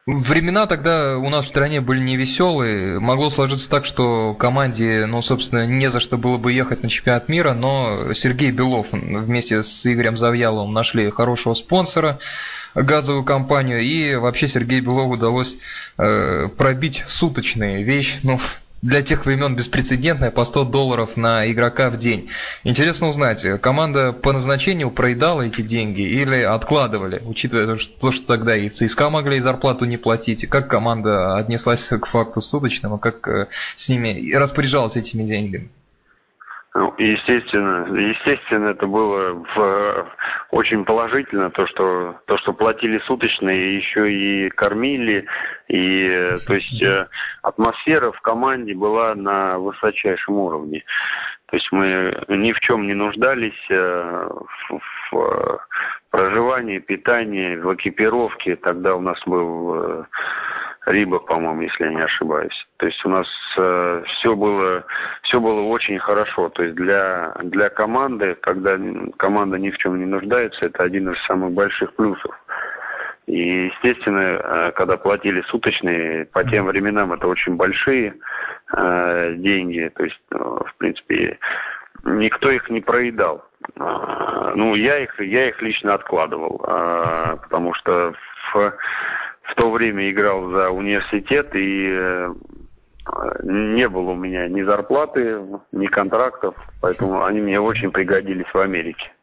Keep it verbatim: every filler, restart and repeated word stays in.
Времена тогда у нас в стране были невеселые. Могло сложиться так, что команде, ну, собственно, не за что было бы ехать на чемпионат мира, но Сергей Белов вместе с Игорем Завьяловым нашли хорошего спонсора, газовую компанию, и вообще Сергею Белову удалось э, пробить суточные вещь, ну, для тех времен беспрецедентная, по сто долларов на игрока в день. Интересно узнать, команда по назначению проедала эти деньги или откладывали, учитывая то, что тогда и в ЦСКА могли и зарплату не платить? Как команда отнеслась к факту суточным, а как с ними распоряжалась этими деньгами? Ну, естественно, естественно, это было в, очень положительно, то что, то, что платили суточные, еще и кормили, и, то есть, атмосфера в команде была на высочайшем уровне. То есть мы ни в чем не нуждались в, в проживании, питании, в экипировке. Тогда у нас был Рибок, по-моему, если я не ошибаюсь. То есть у нас э, все было, все было очень хорошо. То есть для, для команды, когда команда ни в чем не нуждается, это один из самых больших плюсов. И, естественно, э, когда платили суточные, по тем временам это очень большие э, деньги. То есть, э, в принципе, никто их не проедал. Э, ну, я их, я их лично откладывал, э, потому что в В то время играл за университет, и э, не было у меня ни зарплаты, ни контрактов, поэтому они мне очень пригодились в Америке.